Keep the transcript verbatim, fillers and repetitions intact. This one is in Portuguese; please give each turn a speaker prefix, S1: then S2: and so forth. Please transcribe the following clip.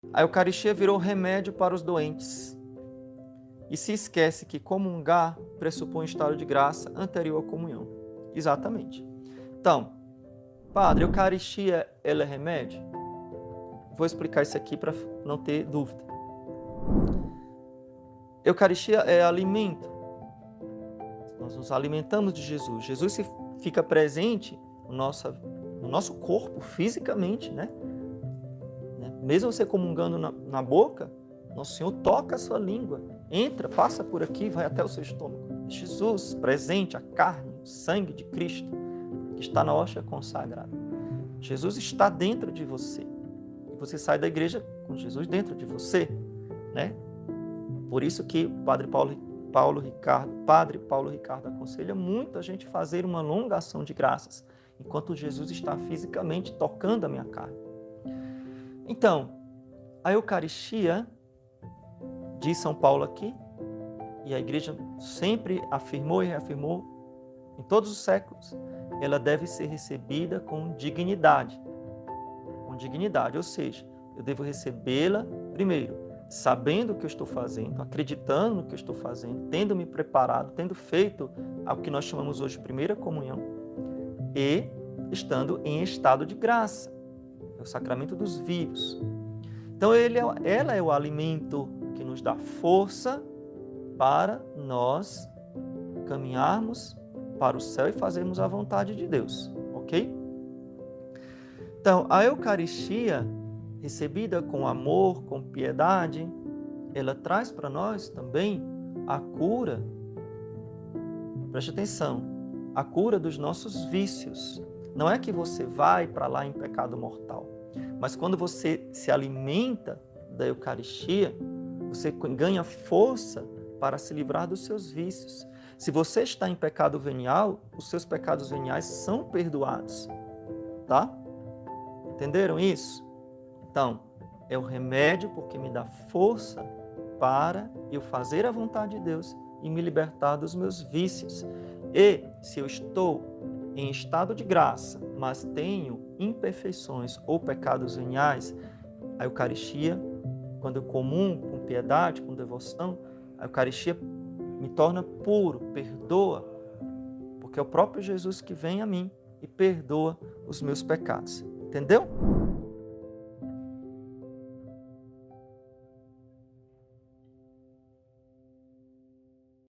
S1: A Eucaristia virou remédio para os doentes. E se esquece que comungar pressupõe estado de graça anterior à comunhão. Exatamente. Então, padre, a Eucaristia ela é remédio? Vou explicar isso aqui para não ter dúvida. Eucaristia é alimento. Nós nos alimentamos de Jesus. Jesus se fica presente no nosso, no nosso corpo, fisicamente, né? Mesmo você comungando na, na boca, nosso Senhor toca a sua língua, entra, passa por aqui, vai até o seu estômago. Jesus, presente, a carne, o sangue de Cristo, que está na hóstia consagrada. Jesus está dentro de você. E você sai da igreja com Jesus dentro de você, né? Por isso que o Padre Paulo, Paulo Ricardo, Padre Paulo Ricardo aconselha muito a gente fazer uma longa ação de graças, enquanto Jesus está fisicamente tocando a minha carne. Então, a Eucaristia, diz São Paulo aqui, e a Igreja sempre afirmou e reafirmou em todos os séculos, ela deve ser recebida com dignidade. Com dignidade, ou seja, eu devo recebê-la, primeiro, sabendo o que eu estou fazendo, acreditando no que eu estou fazendo, tendo me preparado, tendo feito o que nós chamamos hoje de primeira comunhão, e estando em estado de graça. É o sacramento dos vivos. Então, ele é, ela é o alimento que nos dá força para nós caminharmos para o céu e fazermos a vontade de Deus, ok? Então, a Eucaristia, recebida com amor, com piedade, ela traz para nós também a cura, preste atenção, a cura dos nossos vícios. Não é que você vai para lá em pecado mortal, mas quando você se alimenta da Eucaristia, você ganha força para se livrar dos seus vícios. Se você está em pecado venial, os seus pecados veniais são perdoados, tá? Entenderam isso? Então, é o remédio porque me dá força para eu fazer a vontade de Deus e me libertar dos meus vícios. E se eu estou em estado de graça, mas tenho imperfeições ou pecados veniais, a Eucaristia, quando eu comungo com piedade, com devoção, a Eucaristia me torna puro, perdoa, porque é o próprio Jesus que vem a mim e perdoa os meus pecados. Entendeu?